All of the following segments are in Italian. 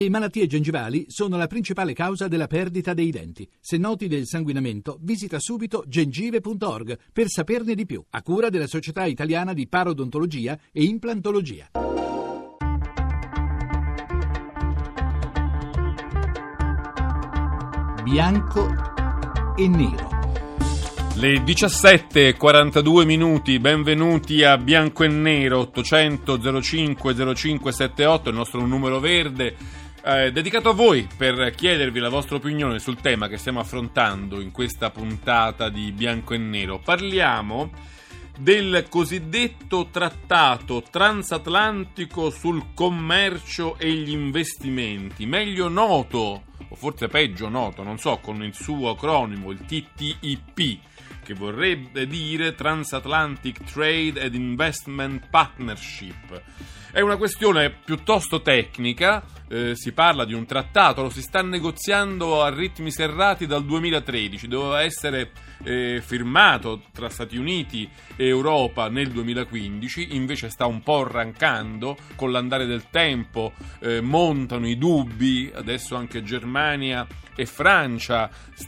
Le malattie gengivali sono la principale causa della perdita dei denti. Se noti del sanguinamento, visita subito gengive.org per saperne di più, a cura della Società Italiana di Parodontologia e Implantologia. Bianco e nero. Le 17:42 minuti, benvenuti a Bianco e Nero. 800 05 0578, il nostro numero verde, dedicato a voi per chiedervi la vostra opinione sul tema che stiamo affrontando in questa puntata di Bianco e Nero. Parliamo del cosiddetto trattato transatlantico sul commercio e gli investimenti, meglio noto, o forse peggio noto, non so, con il suo acronimo, il TTIP, che vorrebbe dire Transatlantic Trade and Investment Partnership. È una questione piuttosto tecnica, si parla di un trattato, lo si sta negoziando a ritmi serrati dal 2013, doveva essere firmato tra Stati Uniti e Europa nel 2015, invece sta un po' arrancando, con l'andare del tempo montano i dubbi, adesso anche Germania e Francia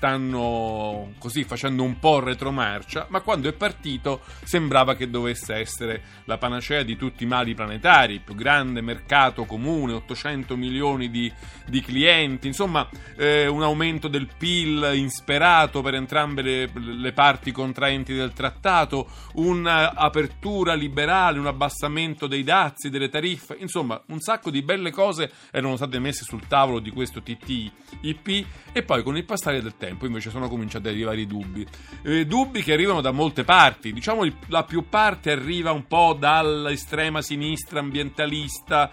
stanno così facendo un po' retromarcia, ma quando è partito sembrava che dovesse essere la panacea di tutti i mali planetari, il più grande mercato comune, 800 milioni di clienti, insomma un aumento del PIL insperato per entrambe le parti contraenti del trattato, un'apertura liberale, un abbassamento dei dazi, delle tariffe, insomma un sacco di belle cose erano state messe sul tavolo di questo TTIP, e poi con il passare del tempo invece sono cominciati ad arrivare i dubbi che arrivano da molte parti. Diciamo la più parte arriva un po' dall'estrema sinistra ambientalista,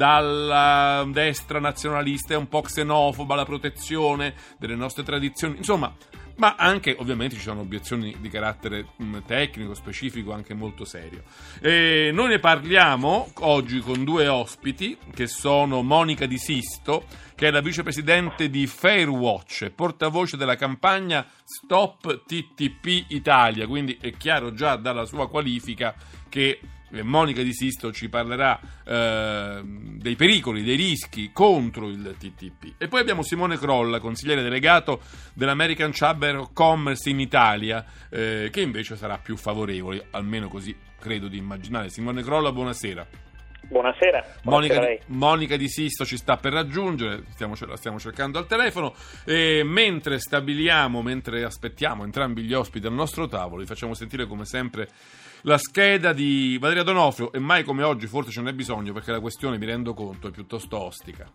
dalla destra nazionalista e un po' xenofoba, la protezione delle nostre tradizioni, insomma, ma anche ovviamente ci sono obiezioni di carattere tecnico, specifico, anche molto serio. Noi ne parliamo oggi con due ospiti, che sono Monica Di Sisto, che è la vicepresidente di Fairwatch, portavoce della campagna Stop TTIP Italia, quindi è chiaro già dalla sua qualifica che Monica Di Sisto ci parlerà dei pericoli, dei rischi contro il TTIP. E poi abbiamo Simone Crolla, consigliere delegato dell'American Chamber of Commerce in Italia, che invece sarà più favorevole, almeno così credo di immaginare. Simone Crolla, buonasera. Buonasera. Monica Di Sisto ci sta per raggiungere, la stiamo cercando al telefono, e mentre aspettiamo entrambi gli ospiti al nostro tavolo, vi facciamo sentire come sempre la scheda di Valeria Donofrio, e mai come oggi forse ce n'è bisogno, perché la questione, mi rendo conto, è piuttosto ostica.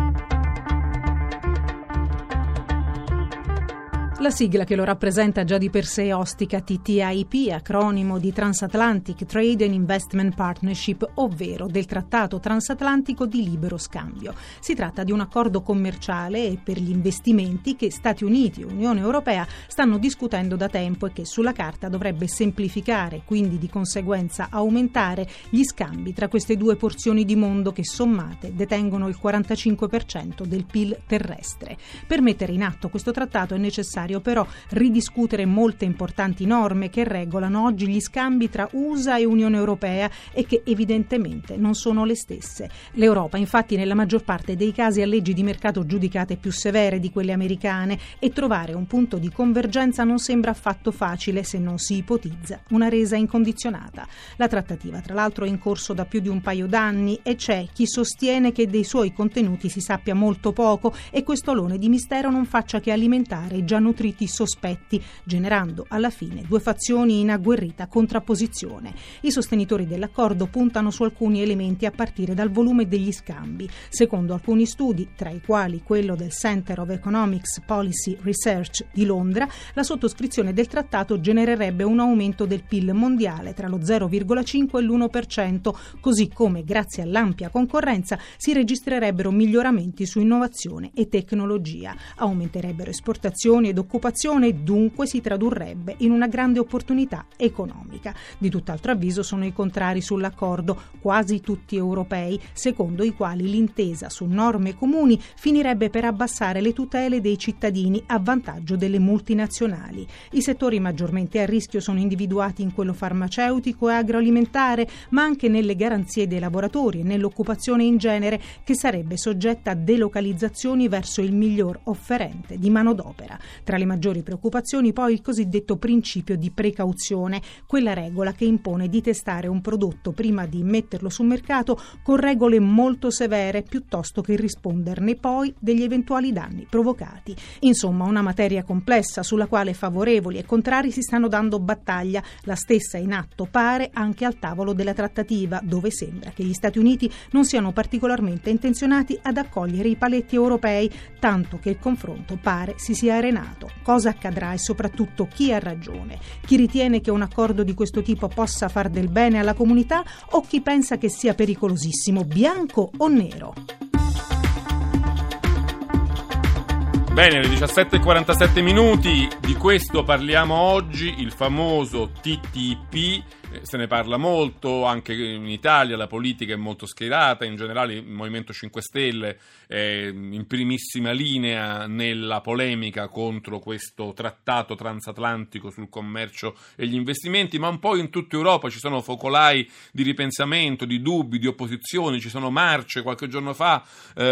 La sigla che lo rappresenta già di per sé ostica, TTIP, acronimo di Transatlantic Trade and Investment Partnership, ovvero del Trattato Transatlantico di Libero Scambio. Si tratta di un accordo commerciale e per gli investimenti che Stati Uniti e Unione Europea stanno discutendo da tempo e che sulla carta dovrebbe semplificare, quindi di conseguenza aumentare, gli scambi tra queste due porzioni di mondo che sommate detengono il 45% del PIL terrestre. Per mettere in atto questo trattato è necessario però ridiscutere molte importanti norme che regolano oggi gli scambi tra USA e Unione Europea e che evidentemente non sono le stesse. L'Europa infatti nella maggior parte dei casi ha leggi di mercato giudicate più severe di quelle americane, e trovare un punto di convergenza non sembra affatto facile se non si ipotizza una resa incondizionata. La trattativa tra l'altro è in corso da più di un paio d'anni e c'è chi sostiene che dei suoi contenuti si sappia molto poco e questo alone di mistero non faccia che alimentare i già nutriti sospetti, generando alla fine due fazioni in agguerrita contrapposizione. I sostenitori dell'accordo puntano su alcuni elementi a partire dal volume degli scambi. Secondo alcuni studi, tra i quali quello del Center of Economics Policy Research di Londra, la sottoscrizione del trattato genererebbe un aumento del PIL mondiale tra lo 0,5 e l'1%, così come grazie all'ampia concorrenza si registrerebbero miglioramenti su innovazione e tecnologia. Aumenterebbero esportazioni ed occupazione occupazione e dunque si tradurrebbe in una grande opportunità economica. Di tutt'altro avviso sono i contrari sull'accordo, quasi tutti europei, secondo i quali l'intesa su norme comuni finirebbe per abbassare le tutele dei cittadini a vantaggio delle multinazionali. I settori maggiormente a rischio sono individuati in quello farmaceutico e agroalimentare, ma anche nelle garanzie dei lavoratori e nell'occupazione in genere, che sarebbe soggetta a delocalizzazioni verso il miglior offerente di manodopera. Tra le maggiori preoccupazioni poi il cosiddetto principio di precauzione, quella regola che impone di testare un prodotto prima di metterlo sul mercato con regole molto severe piuttosto che risponderne poi degli eventuali danni provocati. Insomma, una materia complessa sulla quale favorevoli e contrari si stanno dando battaglia, la stessa in atto pare anche al tavolo della trattativa, dove sembra che gli Stati Uniti non siano particolarmente intenzionati ad accogliere i paletti europei, tanto che il confronto pare si sia arenato. Cosa accadrà e soprattutto chi ha ragione? Chi ritiene che un accordo di questo tipo possa far del bene alla comunità o chi pensa che sia pericolosissimo, bianco o nero? Bene, alle 17:47 di questo parliamo oggi, il famoso TTIP. Se ne parla molto, anche in Italia la politica è molto schierata, in generale il Movimento 5 Stelle è in primissima linea nella polemica contro questo trattato transatlantico sul commercio e gli investimenti, ma un po' in tutta Europa ci sono focolai di ripensamento, di dubbi, di opposizioni, ci sono marce. Qualche giorno fa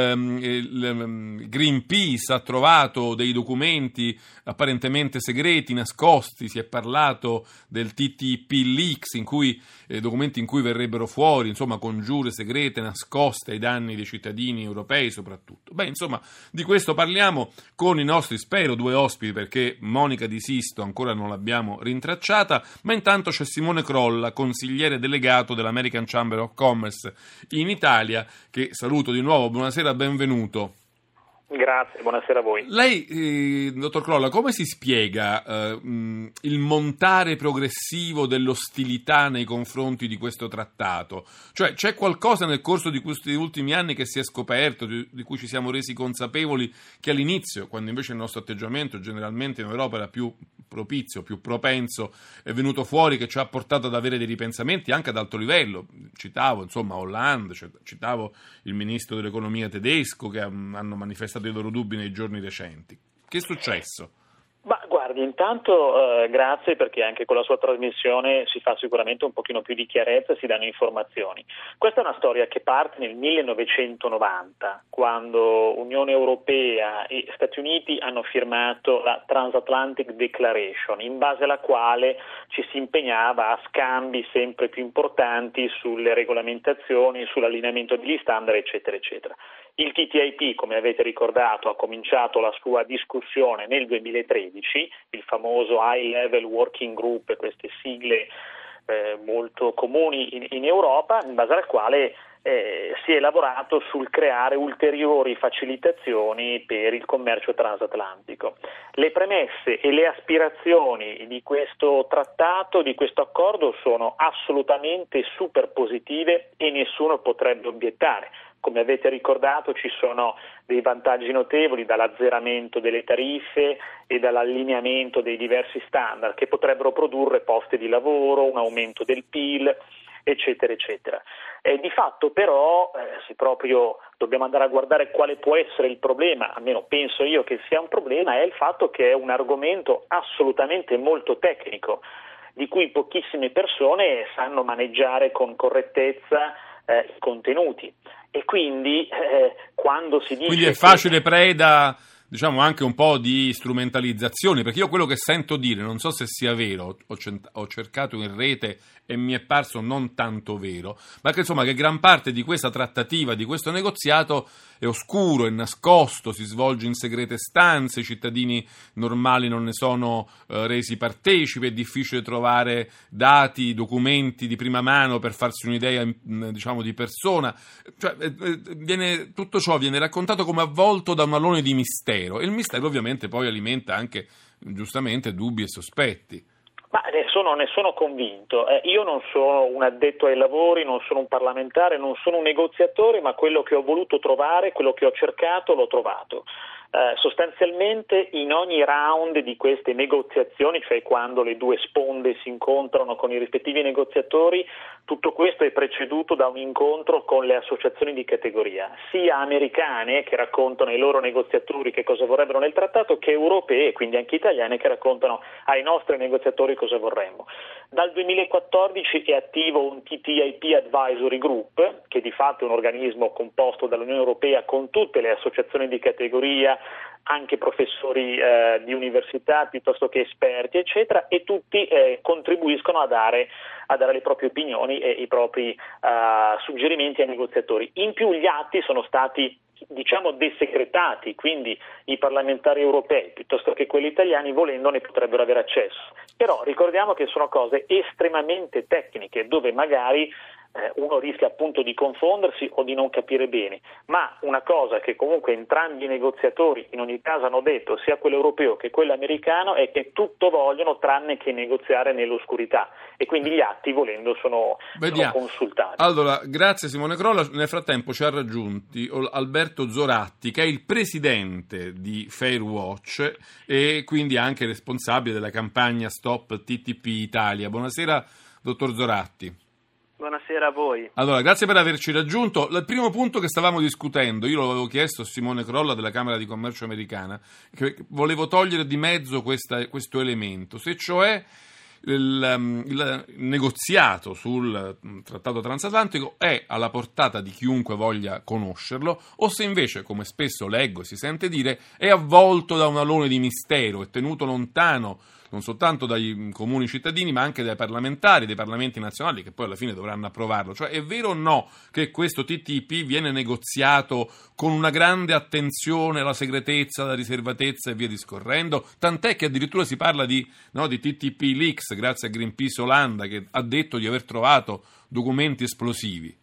Greenpeace ha trovato dei documenti apparentemente segreti, nascosti, si è parlato del TTIP Leaks, documenti in cui verrebbero fuori, insomma, congiure segrete nascoste ai danni dei cittadini europei soprattutto. Beh, insomma, di questo parliamo con i nostri, spero, due ospiti, perché Monica Di Sisto ancora non l'abbiamo rintracciata, ma intanto c'è Simone Crolla, consigliere delegato dell'American Chamber of Commerce in Italia, che saluto di nuovo. Buonasera, benvenuto. Grazie, buonasera a voi. Lei, dottor Crolla, come si spiega il montare progressivo dell'ostilità nei confronti di questo trattato? Cioè, c'è qualcosa nel corso di questi ultimi anni che si è scoperto, di cui ci siamo resi consapevoli, che all'inizio, quando invece il nostro atteggiamento generalmente in Europa era più propizio, più propenso, è venuto fuori, che ci ha portato ad avere dei ripensamenti anche ad alto livello? Citavo, insomma, Hollande, citavo il ministro dell'economia tedesco, che hanno manifestato i loro dubbi nei giorni recenti. Che è successo? Ma guardi, intanto grazie, perché anche con la sua trasmissione si fa sicuramente un pochino più di chiarezza e si danno informazioni. Questa è una storia che parte nel 1990, quando Unione Europea e Stati Uniti hanno firmato la Transatlantic Declaration, in base alla quale ci si impegnava a scambi sempre più importanti sulle regolamentazioni, sull'allineamento degli standard, eccetera, eccetera. Il TTIP, come avete ricordato, ha cominciato la sua discussione nel 2013, il famoso High Level Working Group, queste sigle molto comuni in Europa, in base al quale si è lavorato sul creare ulteriori facilitazioni per il commercio transatlantico. Le premesse e le aspirazioni di questo trattato, di questo accordo, sono assolutamente super positive e nessuno potrebbe obiettare. Come avete ricordato, ci sono dei vantaggi notevoli, dall'azzeramento delle tariffe e dall'allineamento dei diversi standard, che potrebbero produrre posti di lavoro, un aumento del PIL, eccetera, eccetera. Di fatto però, se proprio dobbiamo andare a guardare quale può essere il problema, almeno penso io che sia un problema, è il fatto che è un argomento assolutamente molto tecnico, di cui pochissime persone sanno maneggiare con correttezza i contenuti. E quindi quando si dice... Quindi è facile preda, diciamo, anche un po' di strumentalizzazione, perché io quello che sento dire, non so se sia vero, ho cercato in rete e mi è parso non tanto vero, ma che insomma che gran parte di questa trattativa, di questo negoziato è oscuro, è nascosto, si svolge in segrete stanze, i cittadini normali non ne sono resi partecipi, è difficile trovare dati, documenti di prima mano per farsi un'idea, diciamo, di persona. Cioè, tutto ciò viene raccontato come avvolto da un alone di mistero, e il mistero ovviamente poi alimenta anche giustamente dubbi e sospetti. Ma ne sono convinto. Io non sono un addetto ai lavori, non sono un parlamentare, non sono un negoziatore, ma quello che ho voluto trovare, quello che ho cercato, l'ho trovato. Sostanzialmente in ogni round di queste negoziazioni, cioè quando le due sponde si incontrano con i rispettivi negoziatori, tutto questo è preceduto da un incontro con le associazioni di categoria, sia americane che raccontano ai loro negoziatori che cosa vorrebbero nel trattato, che europee, quindi anche italiane, che raccontano ai nostri negoziatori cosa vorremmo. Dal 2014 è attivo un TTIP Advisory Group, che di fatto è un organismo composto dall'Unione Europea con tutte le associazioni di categoria, anche professori di università piuttosto che esperti, eccetera, e tutti contribuiscono a dare le proprie opinioni e i propri suggerimenti ai negoziatori. In più gli atti sono stati desecretati, quindi i parlamentari europei piuttosto che quelli italiani, volendo, ne potrebbero avere accesso. Però ricordiamo che sono cose estremamente tecniche, dove magari uno rischia appunto di confondersi o di non capire bene, ma una cosa che comunque entrambi i negoziatori in ogni caso hanno detto, sia quello europeo che quello americano, è che tutto vogliono tranne che negoziare nell'oscurità, e quindi gli atti, volendo, sono consultati. Allora, grazie Simone Crolla. Nel frattempo ci ha raggiunti Alberto Zoratti, che è il presidente di Fairwatch e quindi anche responsabile della campagna Stop TTIP Italia. Buonasera dottor Zoratti. Buonasera a voi. Allora, grazie per averci raggiunto. Il primo punto che stavamo discutendo, io lo avevo chiesto a Simone Crolla della Camera di Commercio americana, che volevo togliere di mezzo questo elemento, se cioè il negoziato sul trattato transatlantico è alla portata di chiunque voglia conoscerlo, o se invece, come spesso leggo e si sente dire, è avvolto da un alone di mistero, è tenuto lontano non soltanto dai comuni cittadini ma anche dai parlamentari, dei parlamenti nazionali, che poi alla fine dovranno approvarlo. Cioè, è vero o no che questo TTIP viene negoziato con una grande attenzione alla segretezza, alla riservatezza e via discorrendo? Tant'è che addirittura si parla di TTIP Leaks, grazie a Greenpeace Olanda, che ha detto di aver trovato documenti esplosivi.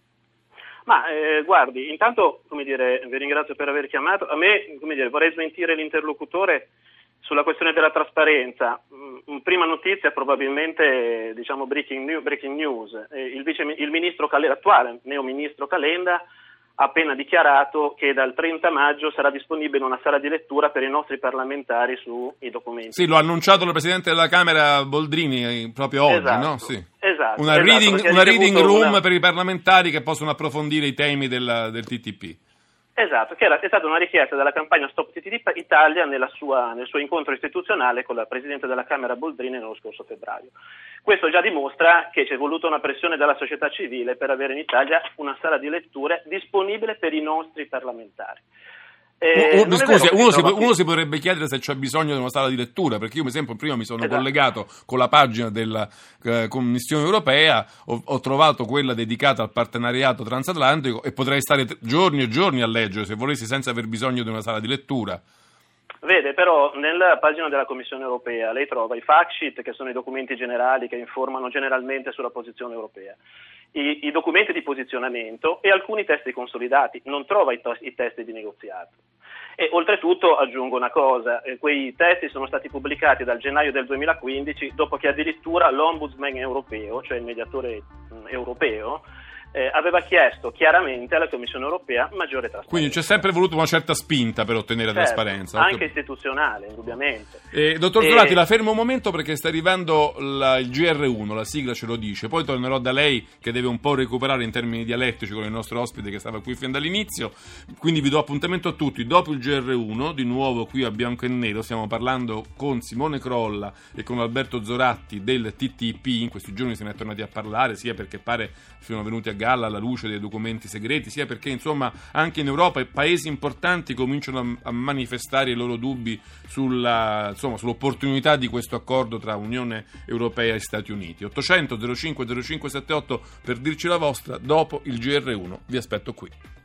Ma guardi, intanto vi ringrazio per aver chiamato. A me vorrei smentire l'interlocutore sulla questione della trasparenza. Prima notizia, probabilmente breaking news. Il ministro l'attuale neo ministro Calenda ha appena dichiarato che dal 30 maggio sarà disponibile una sala di lettura per i nostri parlamentari sui documenti. Sì, lo ha annunciato il Presidente della Camera Boldrini proprio oggi, esatto, no? Sì. Esatto. Una reading room per i parlamentari che possono approfondire i temi del TTIP. Esatto, che è stata una richiesta della campagna Stop TTIP Italia nel suo incontro istituzionale con la Presidente della Camera Boldrini nello scorso febbraio. Questo già dimostra che c'è voluta una pressione dalla società civile per avere in Italia una sala di letture disponibile per i nostri parlamentari. Scusi, uno si potrebbe chiedere se c'è bisogno di una sala di lettura, perché io prima mi sono collegato con la pagina della Commissione Europea, ho trovato quella dedicata al partenariato transatlantico e potrei stare giorni e giorni a leggere se volessi, senza aver bisogno di una sala di lettura. Vede, però nella pagina della Commissione Europea lei trova i fact sheet, che sono i documenti generali che informano generalmente sulla posizione europea, i documenti di posizionamento e alcuni testi consolidati, non trova i testi di negoziato. E oltretutto aggiungo una cosa, quei testi sono stati pubblicati dal gennaio del 2015, dopo che addirittura l'Ombudsman europeo, cioè il mediatore europeo, aveva chiesto chiaramente alla Commissione Europea maggiore trasparenza. Quindi c'è sempre voluto una certa spinta per ottenere trasparenza. Anche istituzionale, indubbiamente. Dottor Zoratti, la fermo un momento perché sta arrivando il GR1, la sigla ce lo dice, poi tornerò da lei che deve un po' recuperare in termini dialettici con il nostro ospite che stava qui fin dall'inizio, quindi vi do appuntamento a tutti dopo il GR1, di nuovo qui a Bianco e Nero, stiamo parlando con Simone Crolla e con Alberto Zoratti del TTIP. In questi giorni se ne è tornati a parlare, sia perché pare siano venuti a galla alla luce dei documenti segreti, sia perché insomma anche in Europa paesi importanti cominciano a manifestare i loro dubbi sull'opportunità di questo accordo tra Unione Europea e Stati Uniti. 800 05 0578 per dirci la vostra dopo il GR1. Vi aspetto qui.